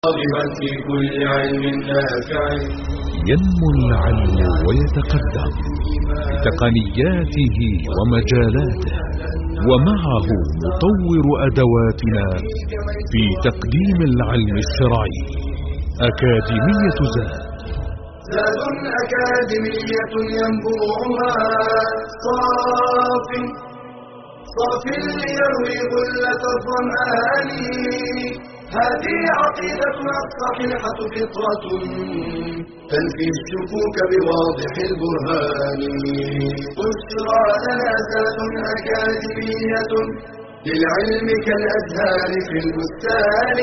راغبا في كل علم نافع. ينمو العلم ويتقدم بتقنياته ومجالاته، ومعه نطور أدواتنا في تقديم العلم الشرعي. أكاديمية زاد أكاديمية ينبوعها صاف ليروي غلة الظمآن. هذه عقيدتنا الصحيحة فطرة تنفي الشكوك بواضح البرهان. بشرى لنا زاد أكاديمية للعلم كالأزهار في البستان.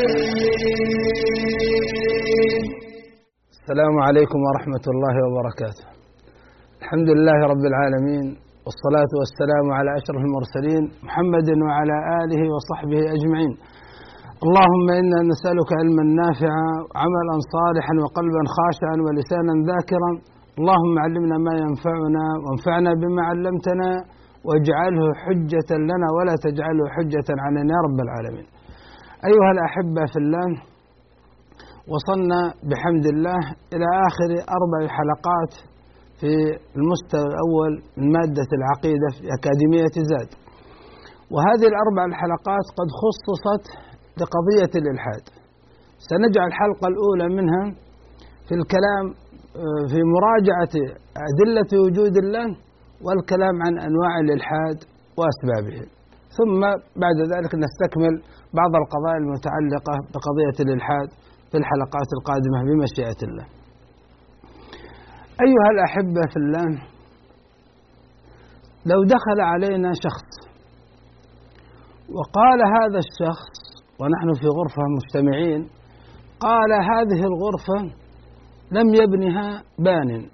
السلام عليكم ورحمة الله وبركاته. الحمد لله رب العالمين، والصلاة والسلام على أشرف المرسلين محمد وعلى آله وصحبه أجمعين. اللهم إنا نسألك علما نافعا وعملا صالحا وقلبا خاشعا ولسانا ذاكرا. اللهم علمنا ما ينفعنا وانفعنا بما علمتنا، واجعله حجة لنا ولا تجعله حجة علينا يا رب العالمين. أيها الأحبة في الله، وصلنا بحمد الله إلى آخر 4 حلقات في المستوى الأول من مادة العقيدة في أكاديمية زاد، وهذه ال4 الحلقات قد خصصت لقضية الإلحاد. سنجعل الحلقة الأولى منها في الكلام في مراجعة أدلة وجود الله والكلام عن أنواع الإلحاد وأسبابه، ثم بعد ذلك نستكمل بعض القضايا المتعلقة بقضية الإلحاد في الحلقات القادمة بمشيئة الله. أيها الأحبة في الله، لو دخل علينا شخص وقال هذا الشخص ونحن في غرفة مجتمعين، قال هذه الغرفة لم يبنها بان،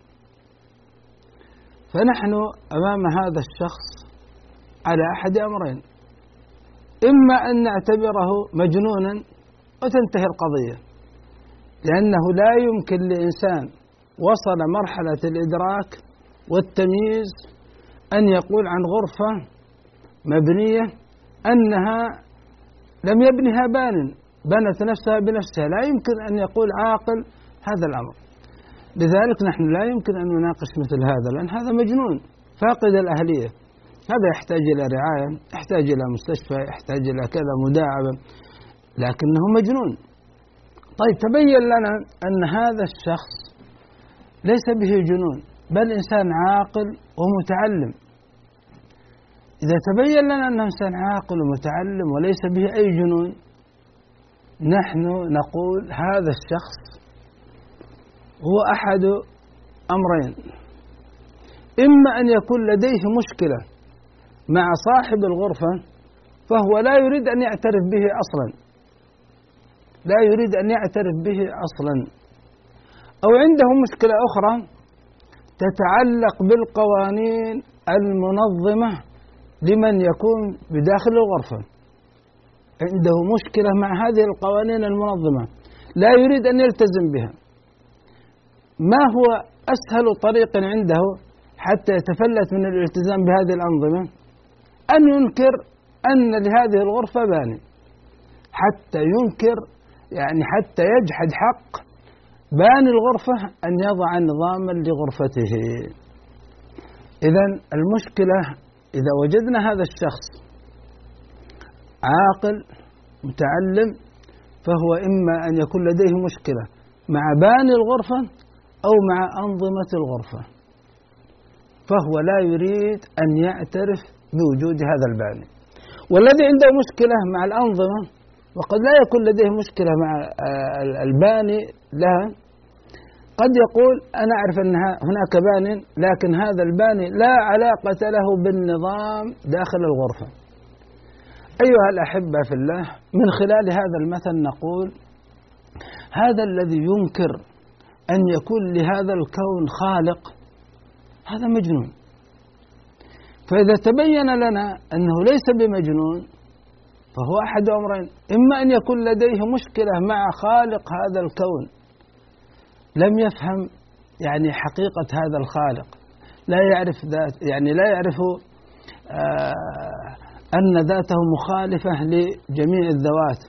فنحن أمام هذا الشخص على أحد أمرين: إما أن نعتبره مجنونا وتنتهي القضية، لأنه لا يمكن لإنسان وصل مرحلة الإدراك والتمييز أن يقول عن غرفة مبنية أنها لم يبنها بان، بنت نفسها بنفسها. لا يمكن أن يقول عاقل هذا الأمر. لذلك نحن لا يمكن أن نناقش مثل هذا، لأن هذا مجنون فاقد الأهلية. هذا يحتاج إلى رعاية، يحتاج إلى مستشفى، يحتاج إلى كذا مداعبة، لكنه مجنون. طيب، تبين لنا أن هذا الشخص ليس به جنون، بل إنسان عاقل ومتعلم. إذا تبين لنا أنه إنسان عاقل ومتعلم وليس به أي جنون، نحن نقول هذا الشخص هو أحد أمرين: إما أن يكون لديه مشكلة مع صاحب الغرفة فهو لا يريد أن يعترف به أصلا، لا يريد أن يعترف به أصلا، أو عنده مشكلة أخرى تتعلق بالقوانين المنظمة لمن يكون بداخل الغرفة. عنده مشكلة مع هذه القوانين المنظمة، لا يريد أن يلتزم بها. ما هو أسهل طريق عنده حتى يتفلت من الالتزام بهذه الأنظمة؟ أن ينكر أن لهذه الغرفة باني، حتى ينكر، يعني حتى يجحد حق باني الغرفة أن يضع نظاما لغرفته. إذن المشكلة إذا وجدنا هذا الشخص عاقل متعلم، فهو إما أن يكون لديه مشكلة مع باني الغرفة أو مع أنظمة الغرفة، فهو لا يريد أن يعترف بوجود هذا الباني. والذي عنده مشكلة مع الأنظمة وقد لا يكون لديه مشكلة مع الباني لها، قد يقول أنا أعرف أن هناك بان، لكن هذا الباني لا علاقة له بالنظام داخل الغرفة. أيها الأحبة في الله، من خلال هذا المثل نقول هذا الذي ينكر أن يكون لهذا الكون خالق هذا مجنون. فإذا تبين لنا أنه ليس بمجنون فهو أحد أمرين: إما أن يكون لديه مشكلة مع خالق هذا الكون، لم يفهم يعني حقيقة هذا الخالق، لا يعرف ذات، يعني لا يعرف أن ذاته مخالفة لجميع الذوات،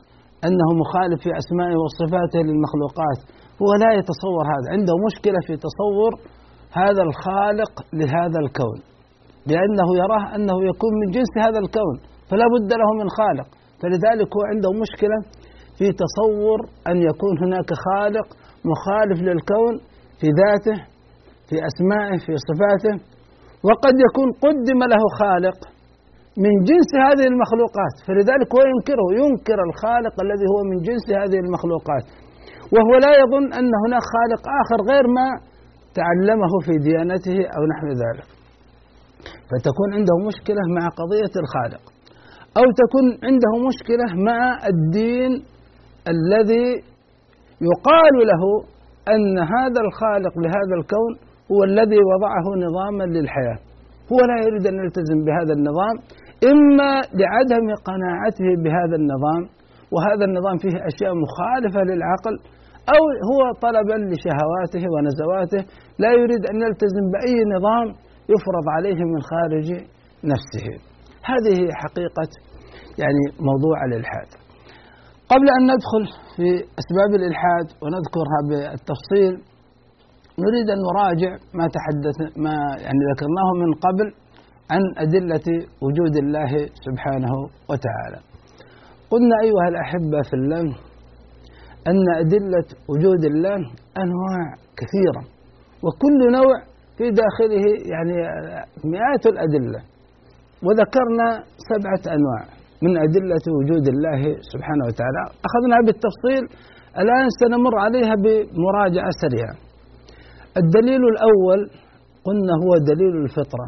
أنه مخالف في أسمائه وصفاته للمخلوقات، هو لا يتصور هذا، عنده مشكلة في تصور هذا الخالق لهذا الكون، لأنه يراه أنه يكون من جنس هذا الكون فلا بد له من خالق، فلذلك هو عنده مشكلة في تصور أن يكون هناك خالق مخالف للكون في ذاته في أسمائه في صفاته، وقد يكون قدم له خالق من جنس هذه المخلوقات، فلذلك هو ينكر الخالق الذي هو من جنس هذه المخلوقات، وهو لا يظن أن هناك خالق آخر غير ما تعلمه في ديانته أو نحو ذلك، فتكون عنده مشكلة مع قضية الخالق، أو تكون عنده مشكلة مع الدين الذي يقال له أن هذا الخالق لهذا الكون هو الذي وضعه نظاما للحياة، هو لا يريد أن يلتزم بهذا النظام، إما لعدم قناعته بهذا النظام، وهذا النظام فيه أشياء مخالفة للعقل، أو هو طلبا لشهواته ونزواته لا يريد أن يلتزم بأي نظام يفرض عليه من خارج نفسه. هذه حقيقة يعني موضوع الإلحاد. قبل أن ندخل في أسباب الإلحاد ونذكرها بالتفصيل، نريد أن نراجع ما ذكرناه من قبل عن أدلة وجود الله سبحانه وتعالى. قلنا أيها الأحبة في الله أن أدلة وجود الله أنواع كثيرة، وكل نوع في داخله يعني مئات الأدلة، وذكرنا 7 أنواع من أدلة وجود الله سبحانه وتعالى، أخذناها بالتفصيل، الآن سنمر عليها بمراجعة سريعة. الدليل الأول قلنا هو دليل الفطرة،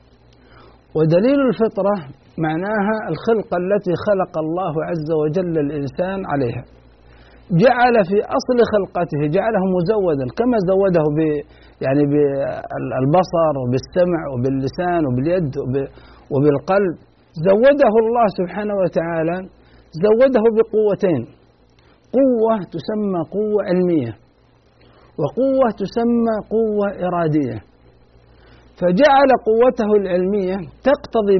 ودليل الفطرة معناها الخلقة التي خلق الله عز وجل الإنسان عليها، جعل في أصل خلقته جعله مزودا كما زوده بالبصر وبالسمع وباللسان وباليد وبالقلب، زوده الله سبحانه وتعالى زوده بقوتين، قوة تسمى قوة علمية وقوة تسمى قوة إرادية، فجعل قوته العلمية تقتضي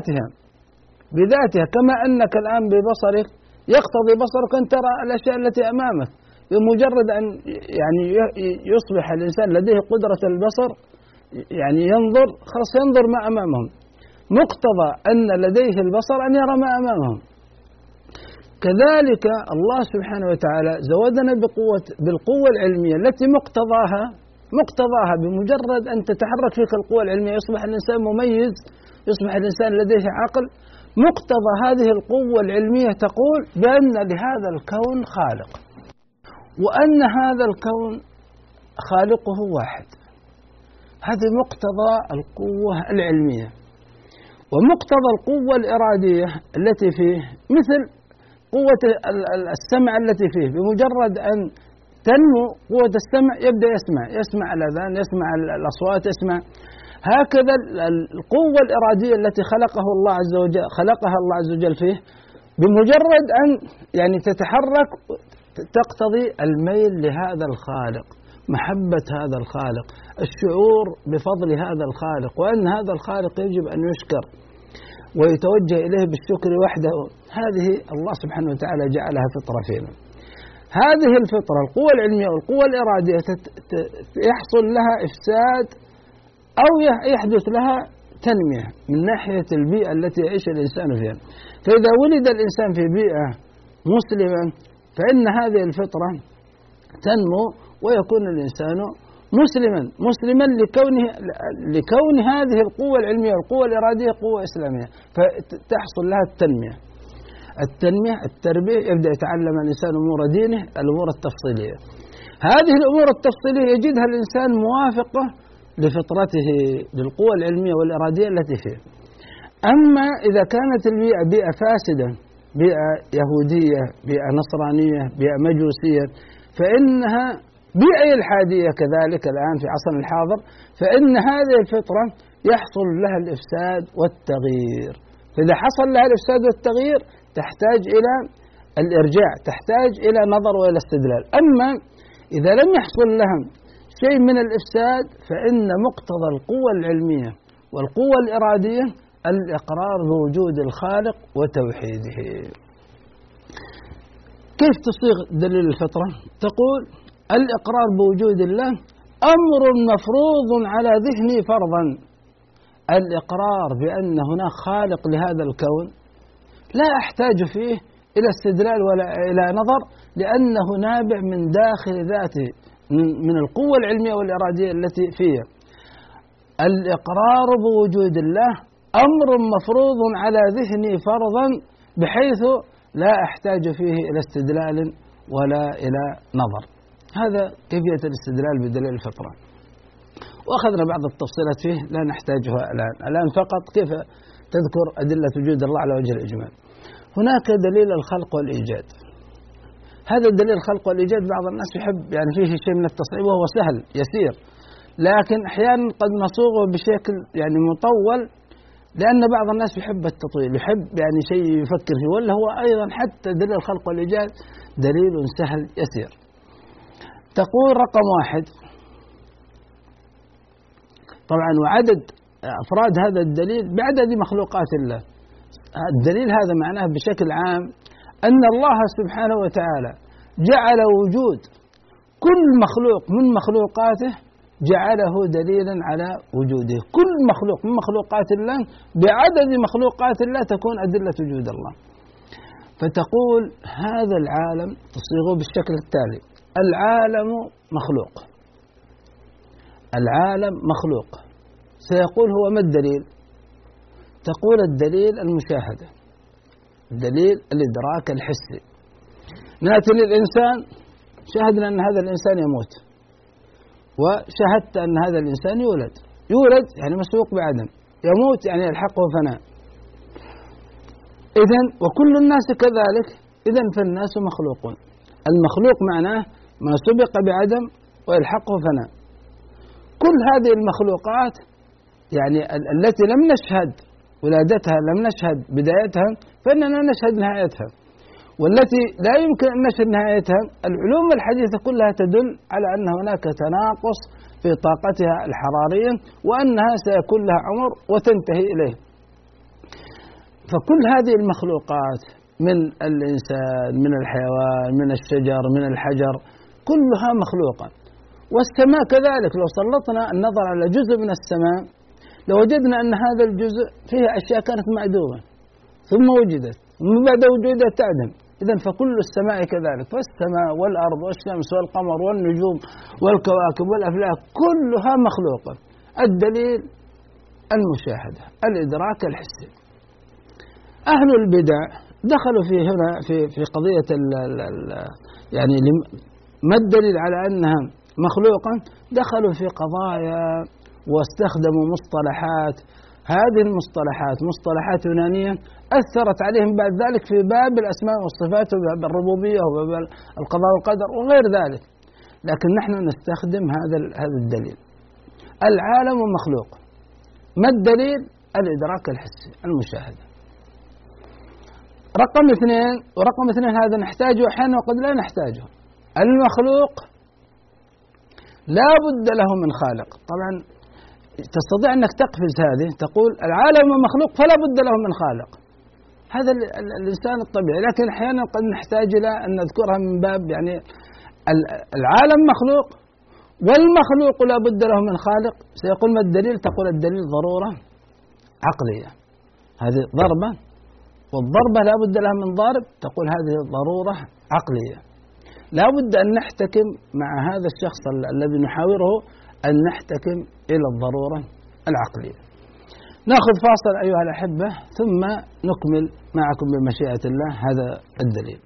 بذاتها كما أنك الآن ببصرك يقتضي بصرك أن ترى الأشياء التي أمامك، بمجرد أن يصبح الإنسان لديه قدرة البصر ينظر خلاص ينظر ما أمامهم، مقتضى أن لديه البصر أن يرى ما أمامهم. كذلك الله سبحانه وتعالى زودنا بالقوة العلمية التي مقتضاها بمجرد أن تتحرك فيك القوة العلمية يصبح الإنسان مميز، يصبح الإنسان لديه عقل، مقتضى هذه القوة العلمية تقول بأن لهذا الكون خالق، وأن هذا الكون خالقه واحد، هذا مقتضى القوة العلمية. ومقتضى القوة الإرادية التي فيه مثل قوة السمع التي فيه، بمجرد أن تنمو قوة السمع يبدأ يسمع الأذان، يسمع الأصوات، يسمع. هكذا القوة الإرادية التي خلقها الله عز وجل فيه، بمجرد أن تتحرك تقتضي الميل لهذا الخالق، محبة هذا الخالق، الشعور بفضل هذا الخالق، وأن هذا الخالق يجب أن يشكر ويتوجه إليه بالشكر وحده. هذه الله سبحانه وتعالى جعلها فطرة فينا. هذه الفطرة القوة العلمية والقوة الإرادية يحصل لها إفساد أو يحدث لها تنمية من ناحية البيئة التي يعيش الإنسان فيها. فإذا ولد الإنسان في بيئة مسلمة فإن هذه الفطرة تنمو ويكون الإنسان مسلما لكون هذه القوة العلمية والقوة الإرادية قوة إسلامية، فتحصل لها التربية، يبدأ يتعلم الإنسان أمور دينه، الأمور التفصيلية. هذه الأمور التفصيلية يجدها الإنسان موافقة لفطرته للقوة العلمية والإرادية التي فيه. أما إذا كانت البيئة بيئة فاسدة، بيئة يهودية، بيئة نصرانية، بيئة مجوسية، فإنها بيئة إلحادية كذلك الآن في عصرنا الحاضر، فإن هذه الفطرة يحصل لها الإفساد والتغيير. فإذا حصل لها الإفساد والتغيير تحتاج إلى الإرجاع، تحتاج إلى نظر وإلى استدلال. أما إذا لم يحصل لها شيء من الإفساد فإن مقتضى القوة العلمية والقوة الإرادية الإقرار بوجود الخالق وتوحيده. كيف تصيغ دليل الفطرة؟ تقول الإقرار بوجود الله أمر مفروض على ذهني فرضا. الإقرار بأن هناك خالق لهذا الكون لا أحتاج فيه إلى استدلال ولا إلى نظر، لأنه نابع من داخل ذاته، من القوة العلمية والإرادية التي فيه. الإقرار بوجود الله أمر مفروض على ذهني فرضا، بحيث لا أحتاج فيه إلى استدلال ولا إلى نظر. هذا كيفية الاستدلال بدليل الفطرة، وأخذنا بعض التفصيلات فيه لا نحتاجها الآن فقط كيف تذكر أدلة وجود الله على وجه الإجمال. هناك دليل الخلق والإيجاد. هذا الدليل الخلق والإيجاد بعض الناس يحب يعني فيه شيء من التصعيب، وهو سهل يسير، لكن أحيانا قد نصوغه بشكل يعني مطول، لأن بعض الناس يحب التطويل، يحب يعني شيء يفكر فيه، ولا هو أيضا حتى دليل الخلق والإيجاد دليل سهل يسير. تقول رقم 1 طبعا وعدد أفراد هذا الدليل بعدد مخلوقات الله. الدليل هذا معناه بشكل عام أن الله سبحانه وتعالى جعل وجود كل مخلوق من مخلوقاته، جعله دليلا على وجوده. كل مخلوق من مخلوقات الله بعدد مخلوقات الله تكون أدلة وجود الله. فتقول هذا العالم تصيغه بالشكل التالي: العالم مخلوق. العالم مخلوق. سيقول هو ما الدليل؟ تقول الدليل المشاهدة، الدليل الإدراك الحسي. نأتي للإنسان، شاهدنا أن هذا الإنسان يموت، وشاهدت أن هذا الإنسان يولد يعني مسبوق بعدم، يموت يعني يلحقه فناء. إذن وكل الناس كذلك، إذن فالناس مخلوقون. المخلوق معناه ما سبق بعدم ويلحقه فناء. كل هذه المخلوقات يعني التي لم نشهد ولادتها، لم نشهد بدايتها، فإننا نشهد نهايتها، والتي لا يمكن أن نشهد نهايتها العلوم الحديثة كلها تدل على أن هناك تناقص في طاقتها الحرارية، وأنها سيكون لها عمر وتنتهي إليه. فكل هذه المخلوقات من الإنسان، من الحيوان، من الشجر، من الحجر، كلها مخلوقة. والسماء كذلك، لو سلطنا النظر على جزء من السماء لوجدنا أن هذا الجزء فيه أشياء كانت معدومة ثم وجدت، ومن بعد وجودها تعدم. إذن فكل السماء كذلك، فالسماء والأرض والشمس والقمر والنجوم والكواكب والأفلاك كلها مخلوقة. الدليل المشاهدة، الإدراك الحسي. أهل البدع دخلوا في هنا في قضية يعني ما الدليل على أنها مخلوقا، دخلوا في قضايا واستخدموا مصطلحات. هذه المصطلحات مصطلحات يونانية أثرت عليهم بعد ذلك في باب الأسماء والصفات وباب الربوبية وباب القضاء والقدر وغير ذلك، لكن نحن نستخدم هذا الدليل. العالم مخلوق. ما الدليل؟ الإدراك الحسي، المشاهدة. رقم 2، ورقم 2 هذا نحتاجه أحيانا وقد لا نحتاجه. المخلوق لا بد له من خالق. طبعا تستطيع أنك تقفز هذه، تقول العالم مخلوق فلا بد له من خالق، هذا الإنسان الطبيعي. لكن أحيانا قد نحتاج إلى أن نذكرها من باب يعني العالم مخلوق والمخلوق لا بد له من خالق. سيقول ما الدليل؟ تقول الدليل ضرورة عقلية، هذه ضربة، والضربة لا بد لها من ضارب، تقول هذه ضرورة عقلية. لا بد أن نحتكم مع هذا الشخص الذي نحاوره، أن نحتكم إلى الضرورة العقلية. نأخذ فاصل أيها الأحبة، ثم نكمل معكم بمشيئة الله هذا الدليل.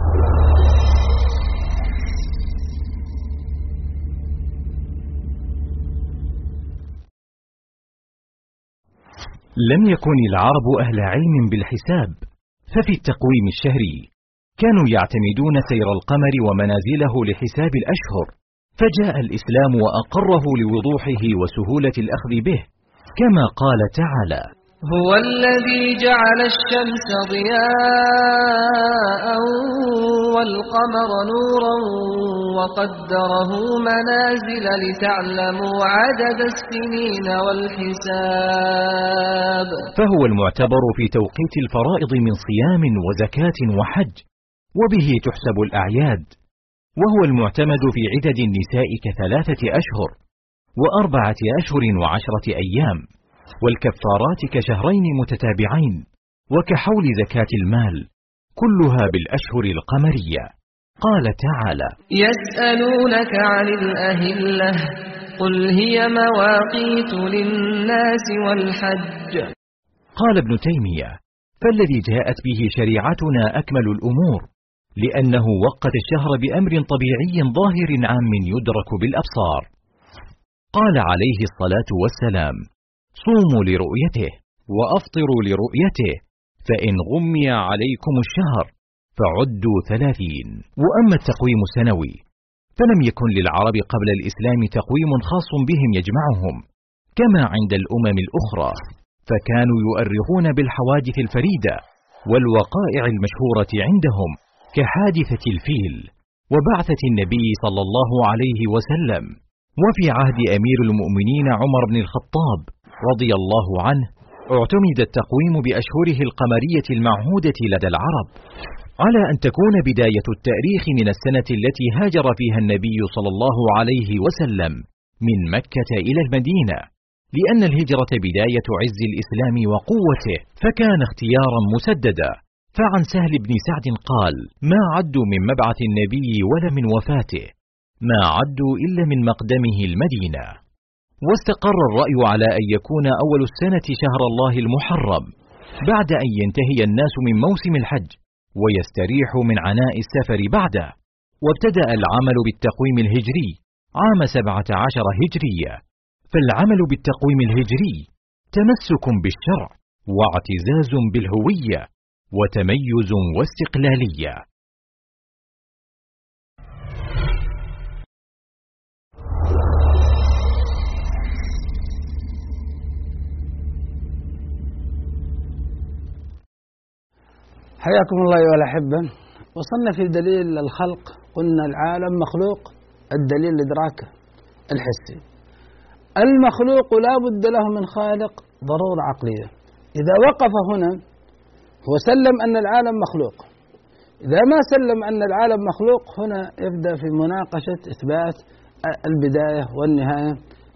لم يكن العرب أهل علم بالحساب، ففي التقويم الشهري كانوا يعتمدون سير القمر ومنازله لحساب الأشهر، فجاء الإسلام وأقره لوضوحه وسهولة الأخذ به، كما قال تعالى: هو الذي جعل الشمس ضياء والقمر نورا وقدره منازل لتعلموا عدد السنين والحساب. فهو المعتبر في توقيت الفرائض من صيام وزكاة وحج، وبه تحسب الأعياد، وهو المعتمد في عدد النساء ك3 أشهر و4 أشهر و10 أيام، والكفارات كشهرين متتابعين، وكحول زكاة المال، كلها بالأشهر القمرية. قال تعالى: يسألونك عن الأهلة قل هي مواقيت للناس والحج. قال ابن تيمية: فالذي جاءت به شريعتنا أكمل الأمور، لأنه وقت الشهر بأمر طبيعي ظاهر عام يدرك بالأبصار. قال عليه الصلاة والسلام: صوموا لرؤيته وأفطروا لرؤيته، فإن غمي عليكم الشهر فعدوا 30. وأما التقويم السنوي فلم يكن للعرب قبل الإسلام تقويم خاص بهم يجمعهم كما عند الأمم الأخرى، فكانوا يؤرخون بالحوادث الفريدة والوقائع المشهورة عندهم كحادثة الفيل وبعثة النبي صلى الله عليه وسلم. وفي عهد أمير المؤمنين عمر بن الخطاب رضي الله عنه اعتمد التقويم بأشهره القمرية المعهودة لدى العرب، على أن تكون بداية التاريخ من السنة التي هاجر فيها النبي صلى الله عليه وسلم من مكة إلى المدينة، لأن الهجرة بداية عز الإسلام وقوته، فكان اختيارا مسددا. فعن سهل بن سعد قال: ما عدوا من مبعث النبي ولا من وفاته، ما عدوا إلا من مقدمه المدينة. واستقر الرأي على أن يكون أول السنة شهر الله المحرم، بعد أن ينتهي الناس من موسم الحج ويستريحوا من عناء السفر بعده. وابتدأ العمل بالتقويم الهجري عام 17 هجرية، فالعمل بالتقويم الهجري تمسك بالشرع واعتزاز بالهوية وتميز واستقلالية. حياكم الله أيها الأحبة. وصلنا في دليل الخلق، قلنا العالم مخلوق، الدليل الإدراك الحسي. المخلوق لا بد له من خالق ضرورة عقلية. إذا وقف هنا هو سلم أن العالم مخلوق، إذا ما سلم أن العالم مخلوق هنا يبدأ في مناقشة إثبات البداية والنهاية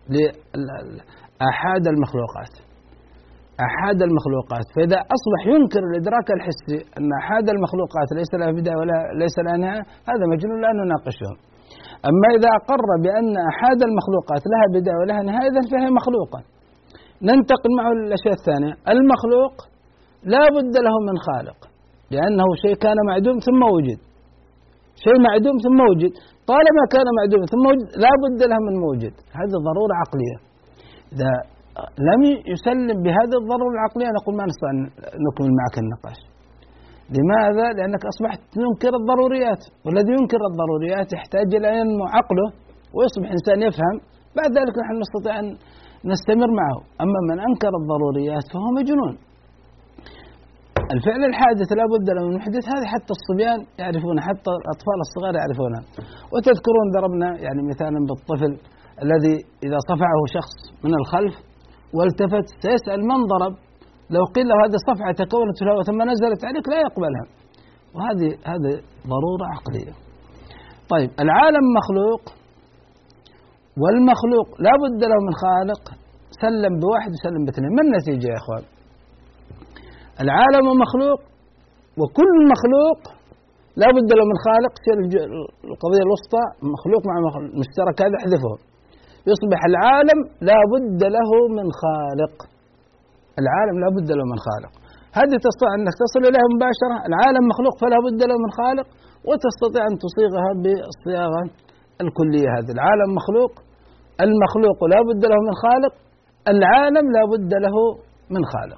لأحد المخلوقات. أحد المخلوقات، فإذا أصبح ينكر الإدراك الحسي أن أحد المخلوقات ليس لها بداية ولا ليس لها نهاية، هذا مجنون لا نناقشه. أما إذا أقر بأن أحد المخلوقات لها بداية ولها نهاية إذن فهي مخلوقة. ننتقل معه للأشياء الثانية. المخلوق لا بد له من خالق، لأنه شيء كان معدوم ثم وجد، شيء معدوم ثم وجد، طالما كان معدوم ثم وجد لا بد له من موجد، هذه ضرورة عقلية. إذا لم يسلم بهذه الضرورة العقلية نقول ما نستطيع أن نكمل معك النقاش. لماذا؟ لأنك أصبحت تنكر الضروريات، والذي ينكر الضروريات يحتاج إلى أن ينمو عقله ويصبح إنسان يفهم، بعد ذلك نحن نستطيع أن نستمر معه. أما من أنكر الضروريات فهو مجنون. الفعل الحادث لا بد له من محدث، هذه حتى الصبيان يعرفون، حتى الأطفال الصغار يعرفونها. وتذكرون ضربنا يعني مثالا بالطفل الذي إذا صفعه شخص من الخلف والتفت سيسأل من ضرب، لو قيل له هذه صفعة تكونت في الهواء ثم نزلت عليك لا يقبلها، وهذه ضرورة عقلية. طيب العالم مخلوق، والمخلوق لا بد له من خالق، سلم بواحد وسلم باثنين، ما النتيجة يا إخوان؟ العالم مخلوق وكل مخلوق لا بد له من خالق. القضية الوسطى مخلوق مع مشترك، هذا احذفه، يصبح العالم لا بد له من خالق. العالم لا بد له من خالق، هذه تستطيع أنك تصل إليها مباشرة. العالم مخلوق فلا بد له من خالق، وتستطيع أن تصيغها بالصياغة الكلية. هذا العالم مخلوق، المخلوق لا بد له من خالق، العالم لا بد له من خالق.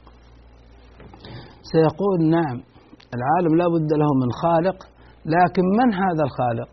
سيقول نعم العالم لا بد له من خالق، لكن من هذا الخالق؟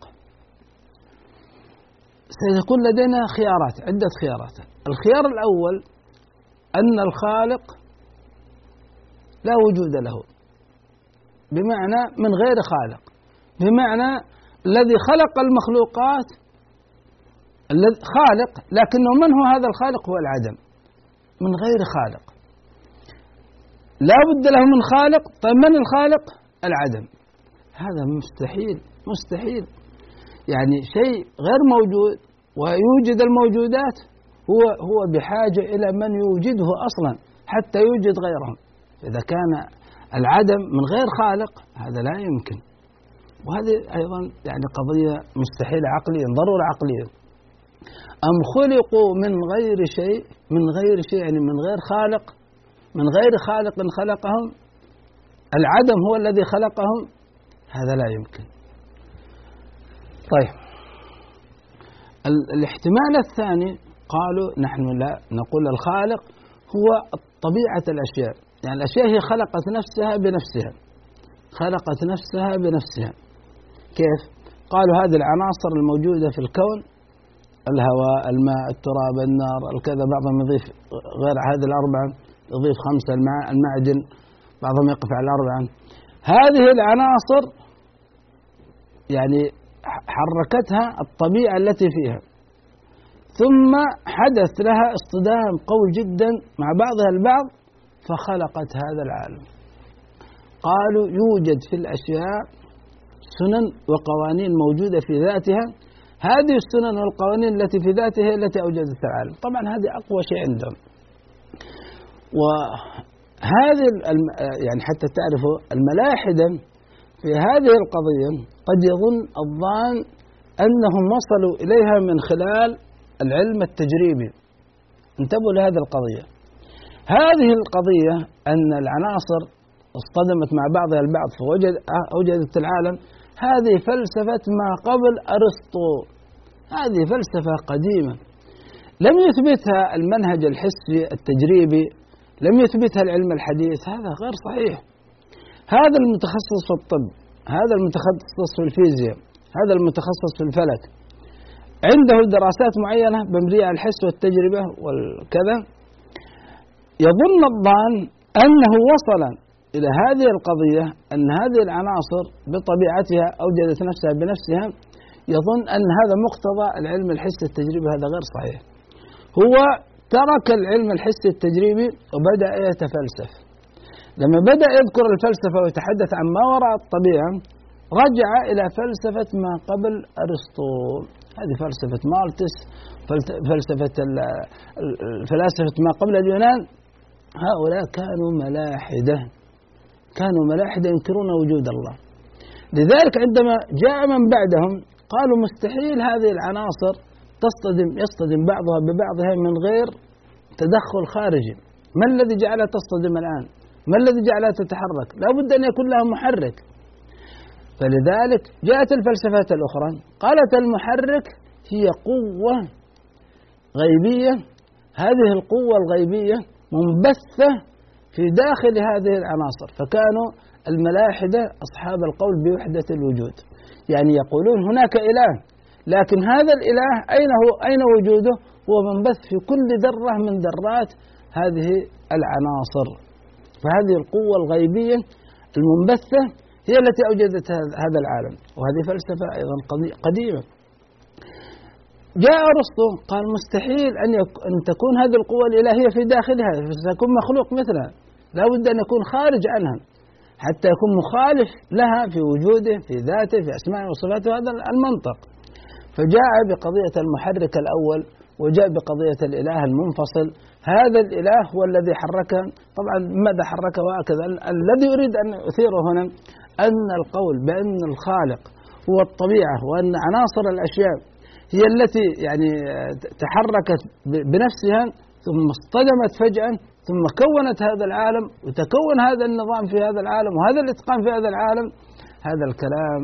سيكون لدينا خيارات، عدة خيارات. الخيار الأول أن الخالق لا وجود له، بمعنى من غير خالق، بمعنى الذي خلق المخلوقات الذي خالق، لكنه من هو هذا الخالق؟ هو العدم، من غير خالق. لا بد له من خالق، طيب من الخالق؟ العدم. هذا مستحيل. يعني شيء غير موجود ويوجد الموجودات، هو بحاجة إلى من يوجده أصلا حتى يوجد غيرهم. إذا كان العدم من غير خالق هذا لا يمكن. وهذه أيضا يعني قضية مستحيلة عقليا، ضرورة عقليا. أم خلقوا من غير شيء يعني من غير خالق، من غير خالق خلقهم، العدم هو الذي خلقهم، هذا لا يمكن. طيب الاحتمال الثاني قالوا نحن لا نقول الخالق هو طبيعة الأشياء، يعني الأشياء هي خلقت نفسها بنفسها. كيف؟ قالوا هذه العناصر الموجودة في الكون، الهواء، الماء، التراب، النار، الكذا، بعضهم يضيف غير هذه الأربعة، يضيف 5 المعدن، بعضهم يقف على 4. هذه العناصر يعني حركتها الطبيعة التي فيها، ثم حدث لها اصطدام قوي جدا مع بعضها البعض فخلقت هذا العالم. قالوا يوجد في الأشياء سنن وقوانين موجودة في ذاتها، هذه السنن والقوانين التي في ذاتها التي أوجدت العالم. طبعا هذه أقوى شيء عندهم. وهذه يعني حتى تعرفوا الملاحدة في هذه القضية قد يظن الظان أنهم وصلوا إليها من خلال العلم التجريبي. انتبهوا لهذه القضية. هذه القضية أن العناصر اصطدمت مع بعضها البعض فأوجدت العالم، هذه فلسفة ما قبل أرسطو، هذه فلسفة قديمة لم يثبتها المنهج الحسي التجريبي، لم يثبتها العلم الحديث، هذا غير صحيح. هذا المتخصص في الطب، هذا المتخصص في الفيزياء، هذا المتخصص في الفلك، عنده دراسات معينة مبنية على الحس والتجربة والكذا، يظن الظان أنه وصل إلى هذه القضية أن هذه العناصر بطبيعتها أوجدت نفسها بنفسها، يظن أن هذا مقتضى العلم الحسي التجريبي، هذا غير صحيح. هو ترك العلم الحسي التجريبي وبدأ يتفلسف. لما بدأ يذكر الفلسفة ويتحدث عن ما وراء الطبيعة رجع إلى فلسفة ما قبل أرسطو، هذه فلسفة مالتس، فلسفة ما قبل اليونان. هؤلاء كانوا ملاحدة ينكرون وجود الله. لذلك عندما جاء من بعدهم قالوا مستحيل هذه العناصر يصطدم بعضها ببعضها من غير تدخل خارجي. ما الذي جعلها تصطدم الآن؟ ما الذي جعلها تتحرك؟ لا بد أن يكون لها محرك. فلذلك جاءت الفلسفات الأخرى قالت المحرك هي قوة غيبية، هذه القوة الغيبية منبثة في داخل هذه العناصر. فكانوا الملاحدة أصحاب القول بوحدة الوجود، يعني يقولون هناك إله، لكن هذا الإله أين وجوده؟ هو منبث في كل ذرة من ذرات هذه العناصر. فهذه القوة الغيبية المنبثة هي التي أوجدت هذا العالم، وهذه فلسفة أيضا قديمة. جاء أرسطو قال مستحيل أن تكون هذه القوة الإلهية في داخلها، فسيكون مخلوق مثلها، لا بد أن يكون خارج عنها حتى يكون مخالف لها في وجوده، في ذاته، في أسمائه وصفاته، هذا المنطق. فجاء بقضية المحرك الأول، وجاء بقضية الإله المنفصل. هذا الإله هو الذي حركه. طبعا ماذا حركه؟ وهكذا الذي يريد أن أثيره هنا أن القول بأن الخالق هو الطبيعة، وأن عناصر الأشياء هي التي يعني تحركت بنفسها ثم اصطدمت فجأة ثم كونت هذا العالم، وتكون هذا النظام في هذا العالم وهذا الإتقان في هذا العالم، هذا الكلام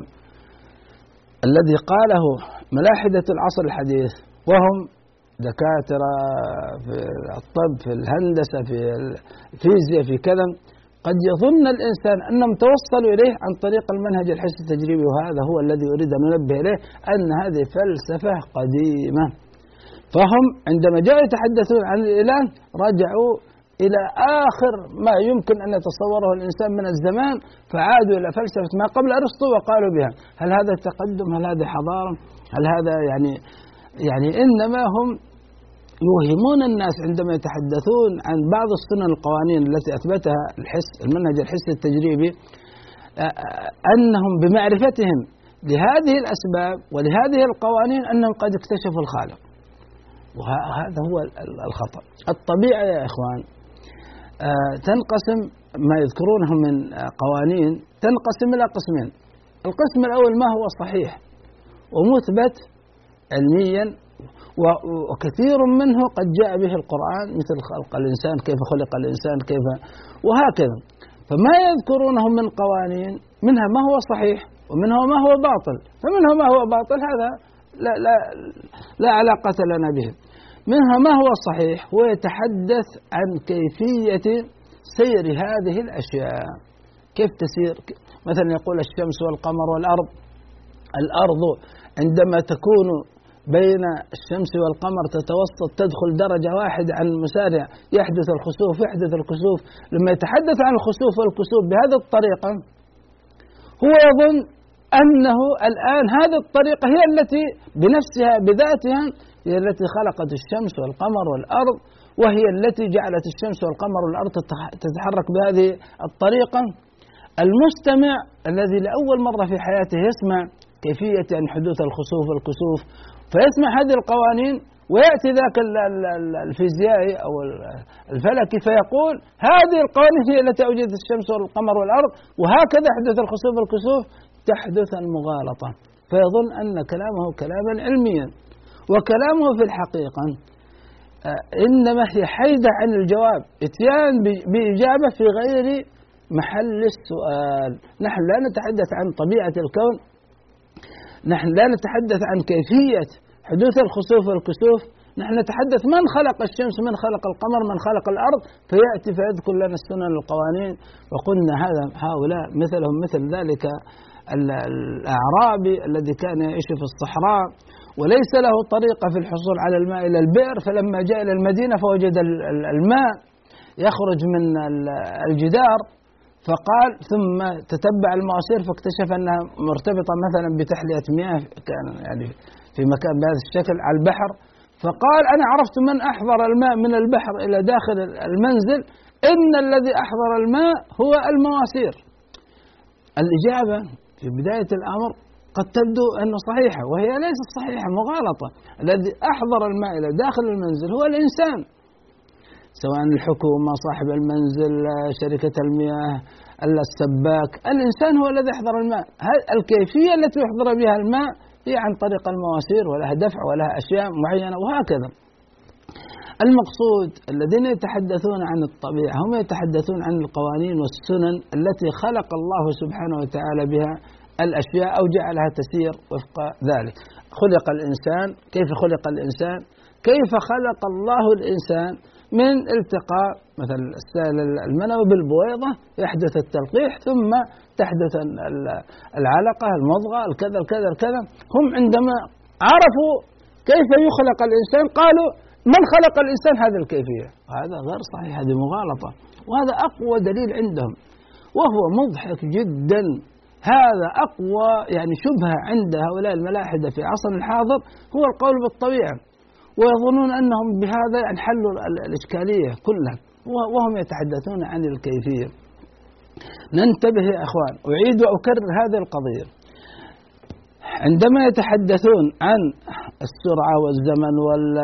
الذي قاله ملاحدة العصر الحديث وهم دكاترة في الطب، في الهندسة، في الفيزياء، في كذا، قد يظن الإنسان أنهم توصلوا إليه عن طريق المنهج الحسي التجريبي، وهذا هو الذي أريد أن ننبه إليه، أن هذه فلسفة قديمة. فهم عندما جاءوا يتحدثون عن الإله رجعوا إلى آخر ما يمكن أن يتصوره الإنسان من الزمان، فعادوا إلى فلسفة ما قبل أرسطو وقالوا بها. هل هذا تقدم؟ هل هذا حضارة؟ هل هذا يعني إنما هم يوهمون الناس عندما يتحدثون عن بعض السنن القوانين التي أثبتها المنهج الحسي التجريبي، أنهم بمعرفتهم لهذه الأسباب ولهذه القوانين أنهم قد اكتشفوا الخالق، وهذا هو الخطأ. الطبيعة يا إخوان تنقسم، ما يذكرونه من قوانين تنقسم إلى قسمين. القسم الأول ما هو صحيح ومثبت علميا، وكثير منه قد جاء به القرآن، مثل خلق الإنسان، كيف خلق الإنسان، كيف وهكذا. فما يذكرونه من قوانين منها ما هو صحيح ومنها ما هو باطل، فمنها ما هو باطل هذا لا علاقة لنا به. منها ما هو صحيح هو يتحدث عن كيفية سير هذه الأشياء، كيف تسير. مثلا يقول الشمس والقمر والأرض، الأرض عندما تكون بين الشمس والقمر تتوسط تدخل درجة واحدة عن المسارع يحدث الخسوف. لما يتحدث عن الخسوف والكسوف بهذه الطريقة هو يظن أنه الآن هذه الطريقة هي التي بنفسها بذاتها هي التي خلقت الشمس والقمر والأرض، وهي التي جعلت الشمس والقمر والأرض تتحرك بهذه الطريقة. المستمع الذي لأول مرة في حياته يسمع كيفية عن حدوث الخسوف والكسوف، فيسمع هذه القوانين، ويأتي ذاك الفيزيائي أو الفلكي فيقول هذه القوانين هي التي أوجدت الشمس والقمر والأرض، وهكذا يحدث الخسوف والكسوف، تحدث المغالطة، فيظن أن كلامه كلاما علميا، وكلامه في الحقيقة إنما هي حيدة عن الجواب، اتيان بإجابة في غير محل السؤال. نحن لا نتحدث عن طبيعة الكون، نحن لا نتحدث عن كيفية حدوث الخسوف والكسوف، نحن نتحدث من خلق الشمس، من خلق القمر، من خلق الأرض، فيأتي فيذكر لنا السنن القوانين. وقلنا هؤلاء مثلهم مثل ذلك الأعرابي الذي كان يعيش في الصحراء وليس له طريقة في الحصول على الماء إلى البئر، فلما جاء إلى المدينة فوجد الماء يخرج من الجدار، فقال ثم تتبع المواسير فاكتشف أنها مرتبطة مثلا بتحلية مياه كان يعني في مكان بهذا الشكل على البحر، فقال أنا عرفت من أحضر الماء من البحر إلى داخل المنزل، إن الذي أحضر الماء هو المواسير. الإجابة في بداية الأمر قد تبدو أنه صحيحة، وهي ليست صحيحة، مغالطة. الذي أحضر الماء إلى داخل المنزل هو الإنسان، سواء الحكومة، صاحب المنزل، شركة المياه، السباك، الإنسان هو الذي يحضر الماء. الكيفية التي يحضر بها الماء هي عن طريق المواسير، ولها دفع ولها أشياء معينة وهكذا. المقصود الذين يتحدثون عن الطبيعة هم يتحدثون عن القوانين والسنن التي خلق الله سبحانه وتعالى بها الأشياء أو جعلها تسير وفق ذلك. خلق الإنسان، كيف خلق الإنسان؟ كيف خلق الله الإنسان من التقاء مثلا السائل المنوي بالبويضة، يحدث التلقيح ثم تحدث العلقة، المضغة، الكذا الكذا الكذا. هم عندما عرفوا كيف يخلق الإنسان قالوا من خلق الإنسان هذه الكيفية، وهذا غير صحيح، هذه مغالطة، وهذا أقوى دليل عندهم وهو مضحك جدا. هذا أقوى يعني شبهة عند هؤلاء الملاحدة في عصر الحاضر هو القول بالطبيعة، ويظنون أنهم بهذا حلوا الإشكالية كلها، وهم يتحدثون عن الكيفية. ننتبه يا أخوان، أعيد وأكرر هذه القضية. عندما يتحدثون عن السرعة والزمن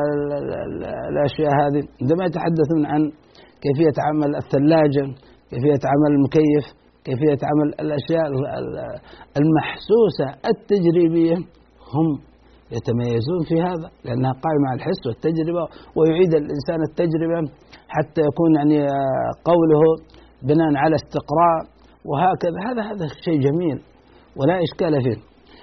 والأشياء هذه، عندما يتحدثون عن كيفية عمل الثلاجة، كيفية عمل المكيف، كيفية عمل الأشياء المحسوسة التجريبية، هم يتميزون في هذا لأنها قائمة على الحس والتجربة، ويعيد الإنسان التجربة حتى يكون يعني قوله بناء على استقراء وهكذا. هذا شيء جميل ولا إشكال فيه.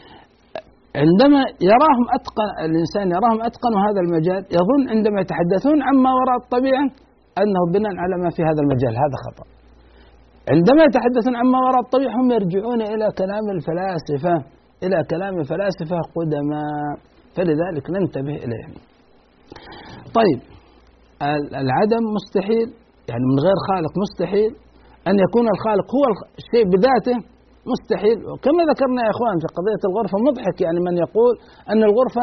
عندما يراهم أتقن الإنسان، يراهم أتقنوا هذا المجال، يظن عندما يتحدثون عما وراء الطبيعة أنه بناء على ما في هذا المجال، هذا خطأ. عندما يتحدثون عما وراء الطبيعة هم يرجعون إلى كلام الفلاسفة، إلى كلام فلاسفة قدماء، فلذلك ننتبه إليهم. طيب، العدم مستحيل، يعني من غير خالق مستحيل، أن يكون الخالق هو الشيء بذاته مستحيل. وكما ذكرنا يا إخوان في قضية الغرفة، مضحك يعني من يقول أن الغرفة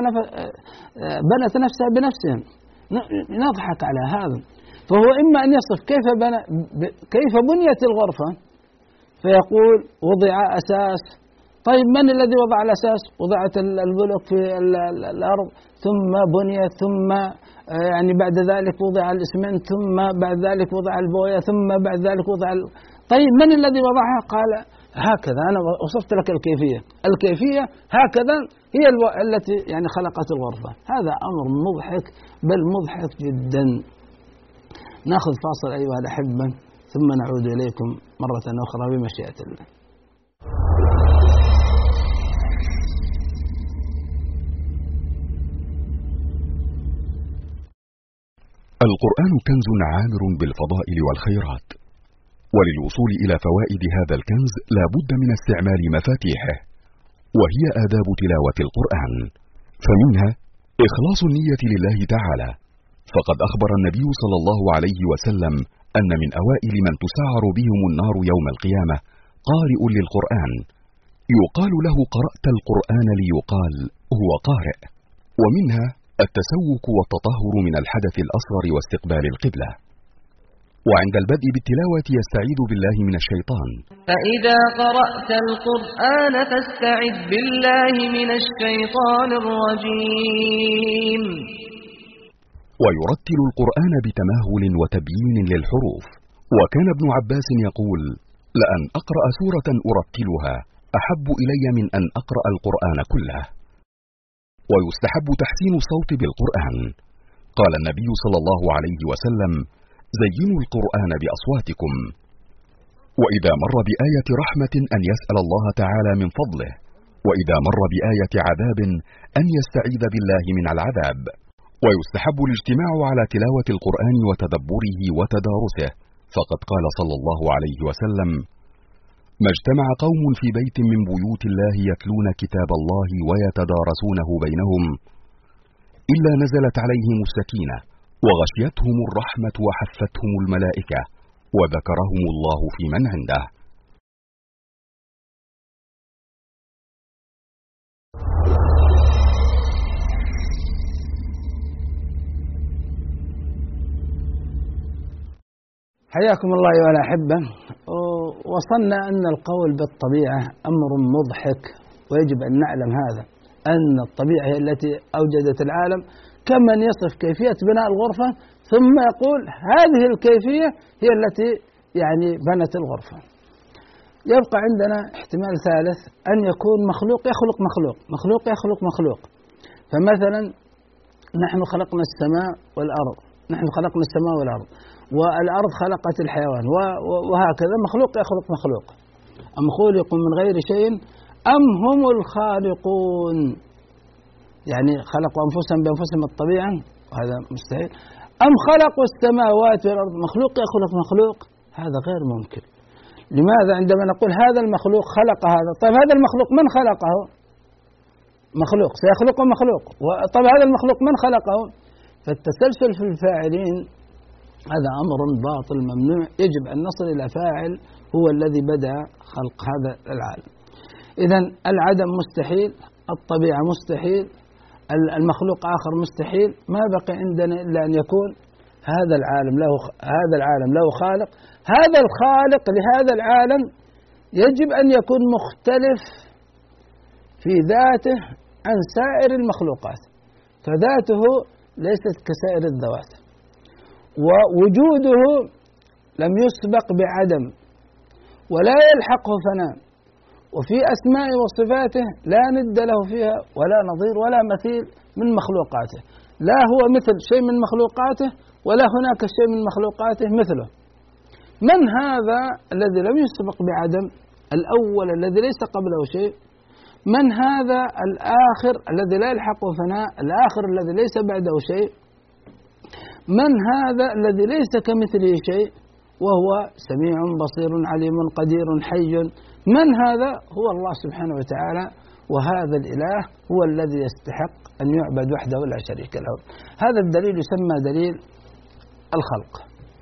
بنت نفسها بنفسها، نضحك على هذا. فهو إما أن يصف كيف بنيت الغرفة، فيقول وضع أساس. طيب من الذي وضع الأساس؟ وضعت البلوك في الأرض، ثم بنيت، ثم يعني بعد ذلك وضع الإسمنت، ثم بعد ذلك وضع البوية، ثم بعد ذلك وضع طيب من الذي وضعها؟ قال هكذا، أنا وصفت لك الكيفية هكذا هي التي يعني خلقت الغرفة. هذا أمر مضحك، بل مضحك جدا. نأخذ فاصل أيها الأحبة، ثم نعود إليكم مرة أخرى بمشيئة الله. القرآن كنز عامر بالفضائل والخيرات، وللوصول إلى فوائد هذا الكنز لا بد من استعمال مفاتيحه، وهي آداب تلاوة القرآن. فمنها إخلاص النية لله تعالى، فقد أخبر النبي صلى الله عليه وسلم أن من أوائل من تسعر بهم النار يوم القيامة قارئ للقرآن، يقال له قرأت القرآن ليقال هو قارئ. ومنها التسوك والتطهر من الحدث الأصغر واستقبال القبلة. وعند البدء بالتلاوة يستعيذ بالله من الشيطان. فإذا قرأت القرآن فاستعذ بالله من الشيطان الرجيم. ويرتل القرآن بتمهل وتبيين للحروف. وكان ابن عباس يقول: لأن أقرأ سورة أرتلها أحب إلي من أن أقرأ القرآن كله. ويستحب تحسين الصوت بالقرآن. قال النبي صلى الله عليه وسلم: زينوا القرآن بأصواتكم. وإذا مر بآية رحمة أن يسأل الله تعالى من فضله، وإذا مر بآية عذاب أن يستعيذ بالله من العذاب. ويستحب الاجتماع على تلاوة القرآن وتدبره وتدارسه، فقد قال صلى الله عليه وسلم: ما اجتمع قوم في بيت من بيوت الله يتلون كتاب الله ويتدارسونه بينهم إلا نزلت عليهم السكينة وغشيتهم الرحمة وحفتهم الملائكة وذكرهم الله في من عنده. حياكم الله أيها الأحبة. وصلنا أن القول بالطبيعة أمر مضحك، ويجب أن نعلم هذا، أن الطبيعة هي التي أوجدت العالم، كمن يصف كيفية بناء الغرفة ثم يقول هذه الكيفية هي التي يعني بنت الغرفة. يبقى عندنا احتمال ثالث، أن يكون مخلوق يخلق مخلوق، مخلوق يخلق مخلوق. فمثلا نحن خلقنا السماء والأرض، نحن خلقنا السماء والأرض، والأرض خلقت الحيوان، وهكذا مخلوق يخلق مخلوق. أم خلقوا من غير شيء أم هم الخالقون، يعني خلقوا أنفسهم بأنفسهم الطبيعة، وهذا مستحيل. أم خلقوا السماوات والأرض، مخلوق يخلق مخلوق، هذا غير ممكن. لماذا؟ عندما نقول هذا المخلوق خلق هذا، طيب هذا المخلوق من خلقه؟ مخلوق سيخلقه مخلوق، طيب هذا المخلوق من خلقه؟ فالتسلسل في الفاعلين هذا أمر باطل ممنوع، يجب أن نصل إلى فاعل هو الذي بدأ خلق هذا العالم. إذن العدم مستحيل، الطبيعة مستحيل، المخلوق آخر مستحيل، ما بقي عندنا إلا أن يكون هذا العالم له خالق. هذا الخالق لهذا العالم يجب أن يكون مختلف في ذاته عن سائر المخلوقات، فذاته ليست كسائر الذوات، ووجوده لم يسبق بعدم ولا يلحقه فناء، وفي أسماء وصفاته لا ند له فيها ولا نظير ولا مثيل من مخلوقاته، لا هو مثل شيء من مخلوقاته ولا هناك شيء من مخلوقاته مثله. من هذا الذي لم يسبق بعدم، الأول الذي ليس قبله شيء؟ من هذا الآخر الذي لا يلحقه فناء، الآخر الذي ليس بعده شيء؟ من هذا الذي ليس كمثله شيء وهو سميع بصير عليم قدير حي؟ من هذا؟ هو الله سبحانه وتعالى، وهذا الإله هو الذي يستحق أن يعبد وحده لا شريك له. هذا الدليل يسمى دليل الخلق.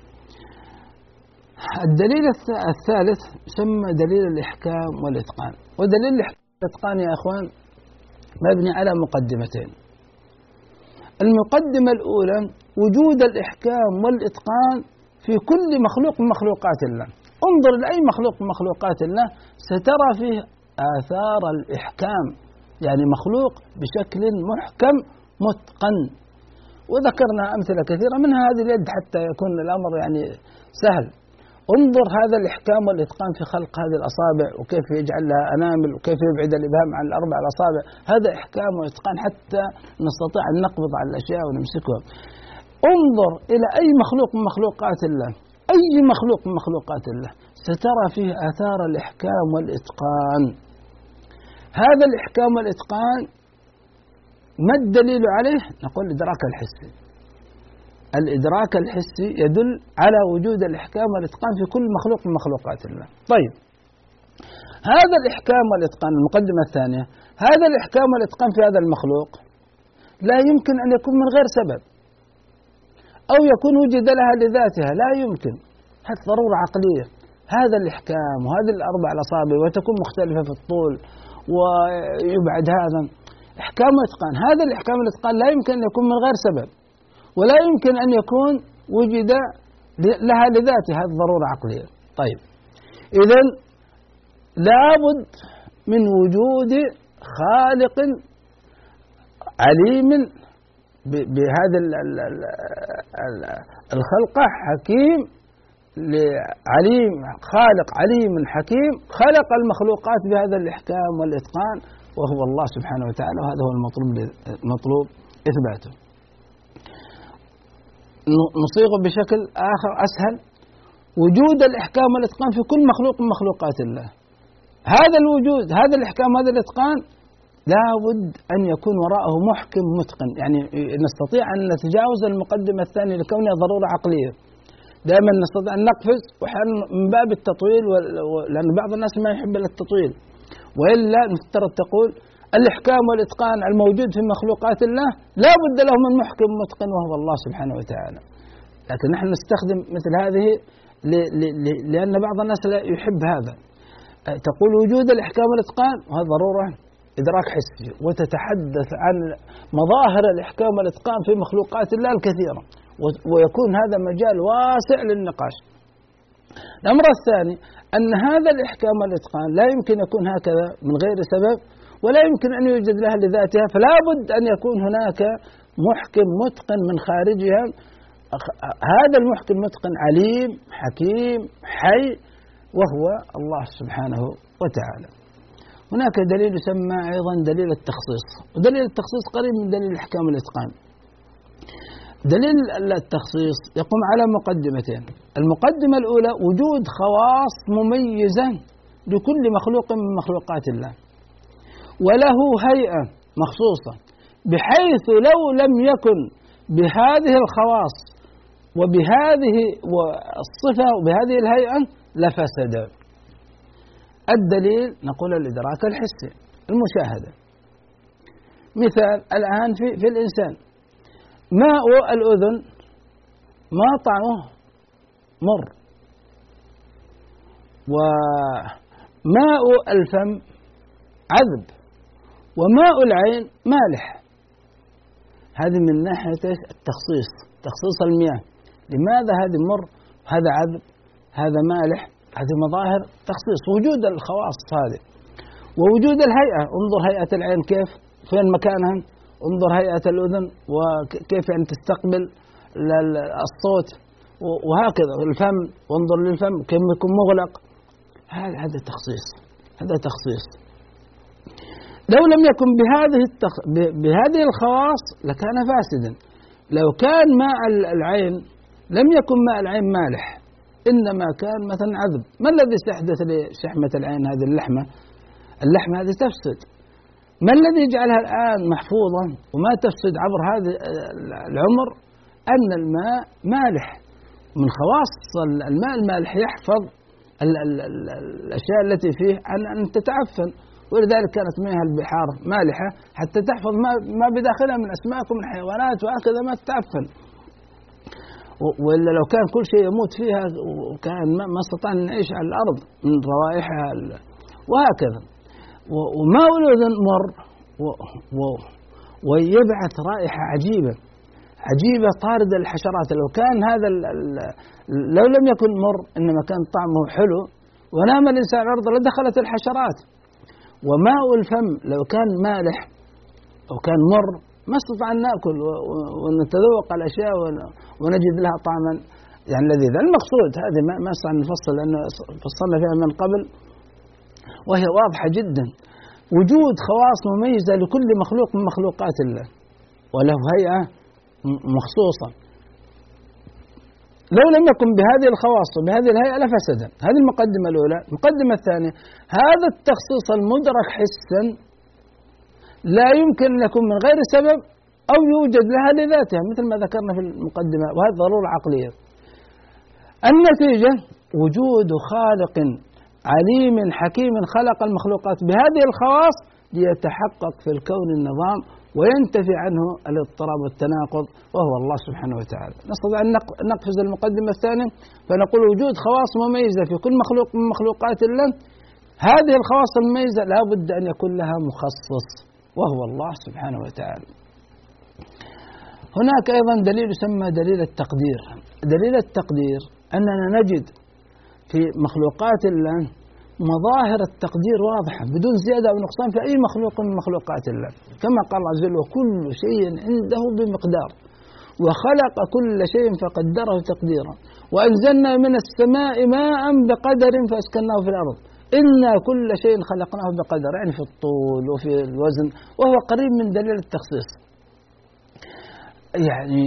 الدليل الثالث يسمى دليل الإحكام والإتقان. ودليل الإحكام والإتقان يا أخوان مبني على مقدمتين. المقدمة الأولى وجود الإحكام والإتقان في كل مخلوق من مخلوقات الله، انظر لأي مخلوق من مخلوقات الله سترى فيه آثار الإحكام، يعني مخلوق بشكل محكم متقن. وذكرنا أمثلة كثيرة منها هذه اليد حتى يكون الأمر يعني سهل. انظر هذا الإحكام والإتقان في خلق هذه الأصابع، وكيف يجعل لها أنامل، وكيف يبعد الإبهام عن الأربع الأصابع. هذا إحكام وإتقان حتى نستطيع أن نقبض على الأشياء ونمسكها. انظر إلى أي مخلوق من مخلوقات الله، أي مخلوق من مخلوقات الله سترى فيه آثار الإحكام والإتقان. هذا الإحكام والإتقان ما الدليل عليه؟ نقول الإدراك الحسي. الإدراك الحسي يدل على وجود الإحكام والإتقان في كل مخلوق من مخلوقات الله. طيب، هذا الإحكام والإتقان، المقدمة الثانية، هذا الإحكام والإتقان في هذا المخلوق لا يمكن أن يكون من غير سبب، أو يكون وجد لها لذاتها، لا يمكن. هذه ضرورة عقلية. هذا الإحكام وهذه الأربع الأصابع وتكون مختلفة في الطول ويبعد هذا إحكام وإتقان. هذا الإحكام والإتقان لا يمكن أن يكون من غير سبب، ولا يمكن أن يكون وجد لها لذاتها، هذه ضرورة عقلية. طيب، إذن لابد من وجود خالق عليم بهذه الخلقة، حكيم عليم، خالق عليم حكيم خلق المخلوقات بهذا الإحكام والإتقان، وهو الله سبحانه وتعالى، وهذا هو المطلوب إثباته. نصيغه بشكل آخر أسهل: وجود الإحكام والإتقان في كل مخلوق من مخلوقات الله. هذا الوجود، هذا الإحكام، هذا الإتقان لا بد أن يكون وراءه محكم متقن. يعني نستطيع أن نتجاوز المقدمة الثانية لكونها ضرورة عقلية. دائما نستطيع أن نقفز من باب التطويل، لأن بعض الناس ما يحب التطويل، وإلا نفترض تقول الإحكام والإتقان الموجود في مخلوقات الله لا بد له من محكم متقن وهو الله سبحانه وتعالى. لكن نحن نستخدم مثل هذه لأن بعض الناس لا يحب هذا. تقول وجود الإحكام والإتقان، وهذا ضرورة إدراك حسي، وتتحدث عن مظاهر الإحكام والإتقان في مخلوقات الله الكثيرة، ويكون هذا مجال واسع للنقاش. الأمر الثاني أن هذا الإحكام والإتقان لا يمكن يكون هكذا من غير سبب، ولا يمكن أن يوجد لها لذاتها، فلا بد أن يكون هناك محكم متقن من خارجها. هذا المحكم متقن عليم حكيم حي، وهو الله سبحانه وتعالى. هناك دليل يسمى أيضا دليل التخصيص، ودليل التخصيص قريب من دليل الإحكام والإتقان. دليل التخصيص يقوم على مقدمتين. المقدمة الأولى وجود خواص مميزة لكل مخلوق من مخلوقات الله، وله هيئة مخصوصة، بحيث لو لم يكن بهذه الخواص وبهذه الصفة وبهذه الهيئة لفسد. الدليل نقول الإدراك الحسي، المشاهدة. مثال الآن في الإنسان، ماء الأذن ما طعمه مر، وماء الفم عذب، وماء العين مالح. هذه من ناحية التخصيص، تخصيص المياه. لماذا هذه مر، هذا عذب، هذا مالح؟ هذه مظاهر تخصيص، وجود الخواص هذه. ووجود الهيئة، انظر هيئة العين كيف، فين مكانها، انظر هيئة الأذن وكيف أن تستقبل الصوت، وهكذا الفم، وانظر للفم كيف يكون مغلق. هذا تخصيص، هذا تخصيص. لو لم يكن بهذه الخواص لكان فاسدا. لو كان ماء العين لم يكن ماء العين مالح، إنما كان مثلا عذب. ما الذي استحدث لشحمة العين هذه اللحمة هذه تفسد. ما الذي يجعلها الآن محفوظا وما تفسد عبر هذا العمر؟ أن الماء مالح. من خواص الماء المالح يحفظ الأشياء التي فيه عن أن تتعفن، ولذلك كانت مياه البحار مالحة حتى تحفظ ما بداخلها من أسماك ومن حيوانات وهكذا ما تتعفن. وإلا لو كان كل شيء يموت فيها وكان ما استطعنا أن نعيش على الأرض من روائحها وهكذا. وماء الأذن مر ويبعث رائحة عجيبة. عجيبة طاردة الحشرات. لو كان هذا لو لم يكن مر إنما كان طعمه حلو ونام الإنسان على الأرض لدخلت الحشرات. وماء الفم لو كان مالح أو كان مر ما استطاع أن نأكل ونتذوق الأشياء ونجد لها طعما يعني لذيذ. المقصود هذه ما استطيع أن نفصل لأن فصلنا فيها من قبل وهي واضحة جدا. وجود خواص مميزة لكل مخلوق من مخلوقات الله وله هيئة مخصوصة. لو لم يكن بهذه الخواص وبهذه الهيئة لفسد. هذه المقدمة الأولى. المقدمة الثانية هذا التخصيص المدرك حسا لا يمكن أن يكون من غير سبب أو يوجد لها لذاتها مثل ما ذكرنا في المقدمة، وهذه ضرورة عقلية. النتيجة وجود خالق عليم حكيم خلق المخلوقات بهذه الخواص ليتحقق في الكون النظام وينتفي عنه الاضطراب والتناقض وهو الله سبحانه وتعالى. نستطيع أن نقفز المقدمة الثانية فنقول وجود خواص مميزة في كل مخلوق من مخلوقات الله. هذه الخواص المميزة لا بد أن يكون لها مخصص وهو الله سبحانه وتعالى. هناك أيضا دليل يسمى دليل التقدير. دليل التقدير أننا نجد في مخلوقات الله مظاهر التقدير واضحة بدون زيادة أو نقصان في أي مخلوق من مخلوقات الله، كما قال عز وجل وكل شيء عنده بمقدار وخلق كل شيء فقدره تقديرا وأنزلنا من السماء ماء بقدر فأسكناه في الأرض إنا كل شيء خلقناه بقدر، يعني في الطول وفي الوزن، وهو قريب من دليل التخصيص. يعني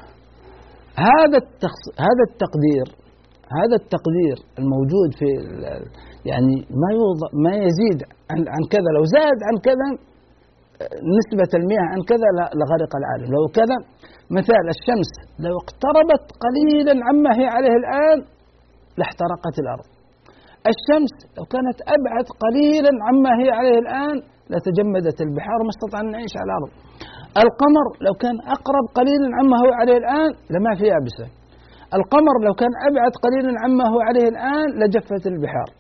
هذا التقدير الموجود في يعني ما يزيد عن كذا، لو زاد عن كذا نسبة المياه عن كذا لغرق العالم. لو كذا مثال الشمس لو اقتربت قليلا عما هي عليه الآن لاحترقت الأرض. الشمس لو كانت أبعد قليلا عما هي عليه الآن لتجمدت البحار وما استطاع أن نعيش على الأرض. القمر لو كان أقرب قليلا عما هو عليه الآن لما في يابسة. القمر لو كان أبعد قليلا عما هو عليه الآن لجفت البحار.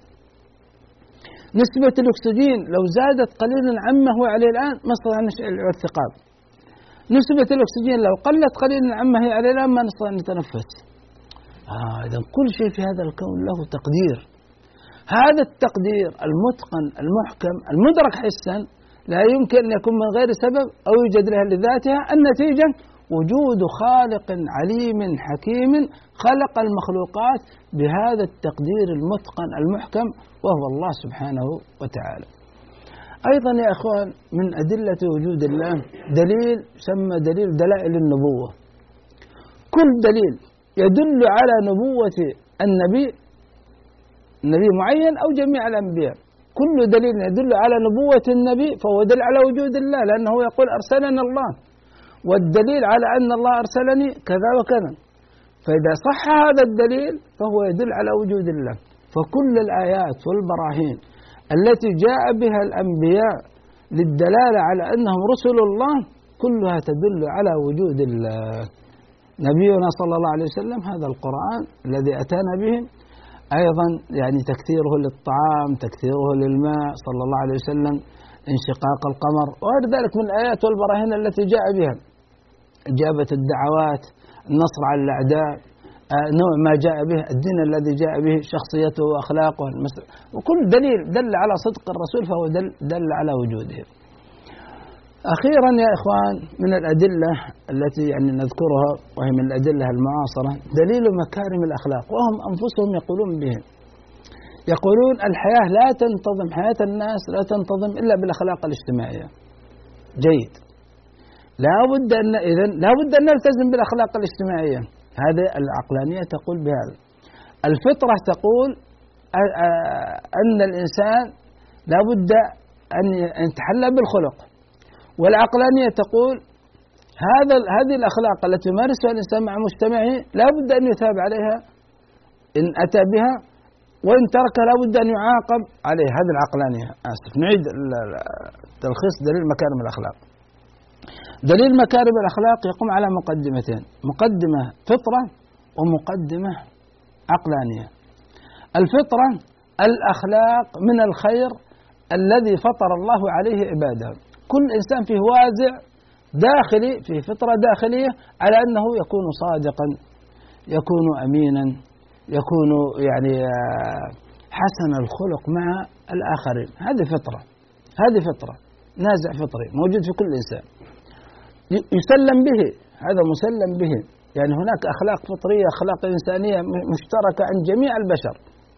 نسبة الأكسجين لو زادت قليلا عما هو عليه الآن ما استطاع أن نشعل الثقاب. نسبة الأكسجين لو قلت قليلا عما هي عليه الآن ما نستطيع أن نتنفس. إذن كل شيء في هذا الكون له تقدير. هذا التقدير المتقن المحكم المدرك حسا لا يمكن أن يكون من غير سبب أو يوجد لها لذاتها. النتيجة وجود خالق عليم حكيم خلق المخلوقات بهذا التقدير المتقن المحكم وهو الله سبحانه وتعالى. أيضا يا أخوان من أدلة وجود الله دليل يسمى دليل دلائل النبوة. كل دليل يدل على نبوة النبي معين أو جميع الأنبياء، كل دليل يدل على نبوة النبي فهو دليل على وجود الله، لأنه يقول أرسلنا الله، والدليل على أن الله أرسلني كذا وكذا. فإذا صح هذا الدليل فهو يدل على وجود الله. فكل الآيات والبراهين التي جاء بها الأنبياء للدلالة على أنهم رسل الله كلها تدل على وجود الله. نبينا صلى الله عليه وسلم هذا القرآن الذي أتانا به أيضا يعني تكثيره للطعام، تكثيره للماء صلى الله عليه وسلم، انشقاق القمر وغير ذلك من الآيات والبراهين التي جاء بها، إجابة الدعوات، النصر على الأعداء، نوع ما جاء به، الدين الذي جاء به، شخصيته وأخلاقه، وكل دليل دل على صدق الرسول فهو دل على وجوده. أخيرا يا إخوان من الأدلة التي يعني نذكرها وهي من الأدلة المعاصرة دليل مكارم الأخلاق، وهم أنفسهم يقولون به، يقولون الحياة لا تنتظم، حياة الناس لا تنتظم إلا بالأخلاق الاجتماعية. جيد، لا بد أن نلتزم بالأخلاق الاجتماعية. هذه العقلانية تقول بهذا. الفطرة تقول أن الإنسان لا بد أن يتحلى بالخلق، والعقلانية تقول هذه الأخلاق التي يمارسها الإنسان مع مجتمعه لا بد أن يثاب عليها إن أتى بها، وإن تركها لا بد أن يعاقب عليها. هذه العقلانية. نعيد تلخيص دليل مكارم الأخلاق. دليل مكارم الأخلاق يقوم على مقدمتين، مقدمة فطرة ومقدمة عقلانية. الفطرة الأخلاق من الخير الذي فطر الله عليه عباده. كل إنسان فيه وازع داخلي، في فطرة داخلية على أنه يكون صادقا، يكون أمينا، يكون يعني حسن الخلق مع الآخرين. هذه فطرة نازع فطري موجود في كل إنسان يسلم به، هذا مسلم به. يعني هناك أخلاق فطرية، أخلاق إنسانية مشتركة عند جميع البشر،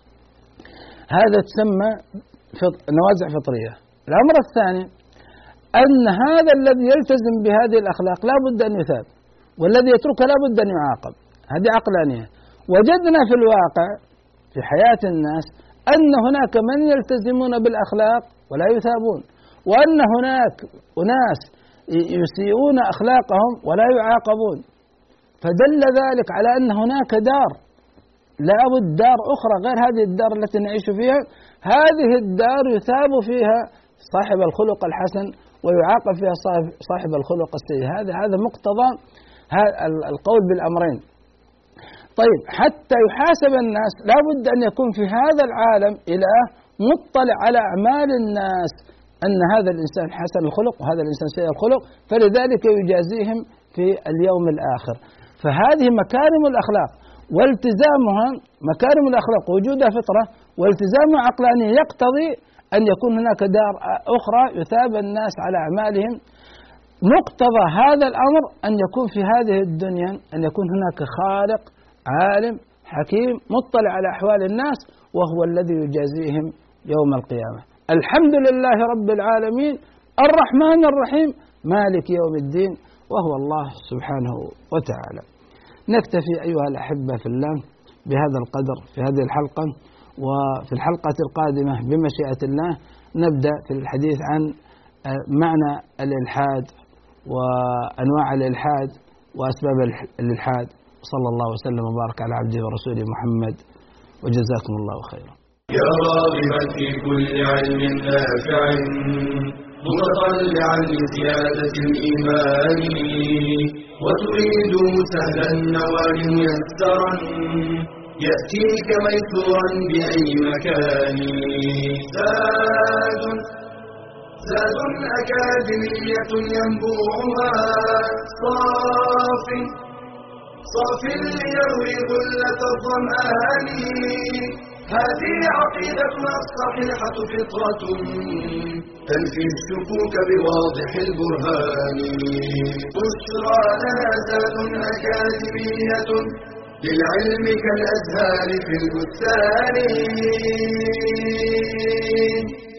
هذا تسمى نوازع فطرية. الأمر الثاني أن هذا الذي يلتزم بهذه الأخلاق لا بد أن يثاب، والذي يتركها لا بد أن يعاقب. هذه عقلانية. وجدنا في الواقع في حياة الناس أن هناك من يلتزمون بالأخلاق ولا يثابون، وأن هناك أناس يسيئون أخلاقهم ولا يعاقبون. فدل ذلك على أن هناك دار، لا بد دار أخرى غير هذه الدار التي نعيش فيها. هذه الدار يثاب فيها صاحب الخلق الحسن ويعاقب فيها صاحب الخلق السيء. هذا مقتضى القول بالأمرين. طيب، حتى يحاسب الناس لا بد أن يكون في هذا العالم إله مطلع على أعمال الناس، أن هذا الإنسان حسن الخلق وهذا الإنسان سيء الخلق، فلذلك يجازيهم في اليوم الآخر. فهذه مكارم الأخلاق، والتزامها مكارم الأخلاق وجودها فطرة، والتزامها عقلاني يقتضي أن يكون هناك دار أخرى يثاب الناس على أعمالهم. مقتضى هذا الأمر أن يكون في هذه الدنيا أن يكون هناك خالق عالم حكيم مطلع على أحوال الناس، وهو الذي يجازيهم يوم القيامة. الحمد لله رب العالمين الرحمن الرحيم مالك يوم الدين، وهو الله سبحانه وتعالى. نكتفي أيها الأحبة في الله بهذا القدر في هذه الحلقة، وفي الحلقة القادمة بمشيئة الله نبدأ في الحديث عن معنى الإلحاد وأنواع الإلحاد وأسباب الإلحاد. صلى الله وسلم وبارك على عبده ورسوله محمد، وجزاكم الله خيرا. يا راغبا في كل علم نافع متطلعا لزيادة الإيمان، وتريد سهلا النوال ميسرا يأتيك ميسورا بأي مكان. زاد أكاديمية ينبوعها صاف ليروي غلة الظمآن. هذه عقيدتنا الصحيحة فطرة تنفي الشكوك بواضح البرهان. بشرى لنا زاد أكاديمية للعلم كالأزهار في البستان.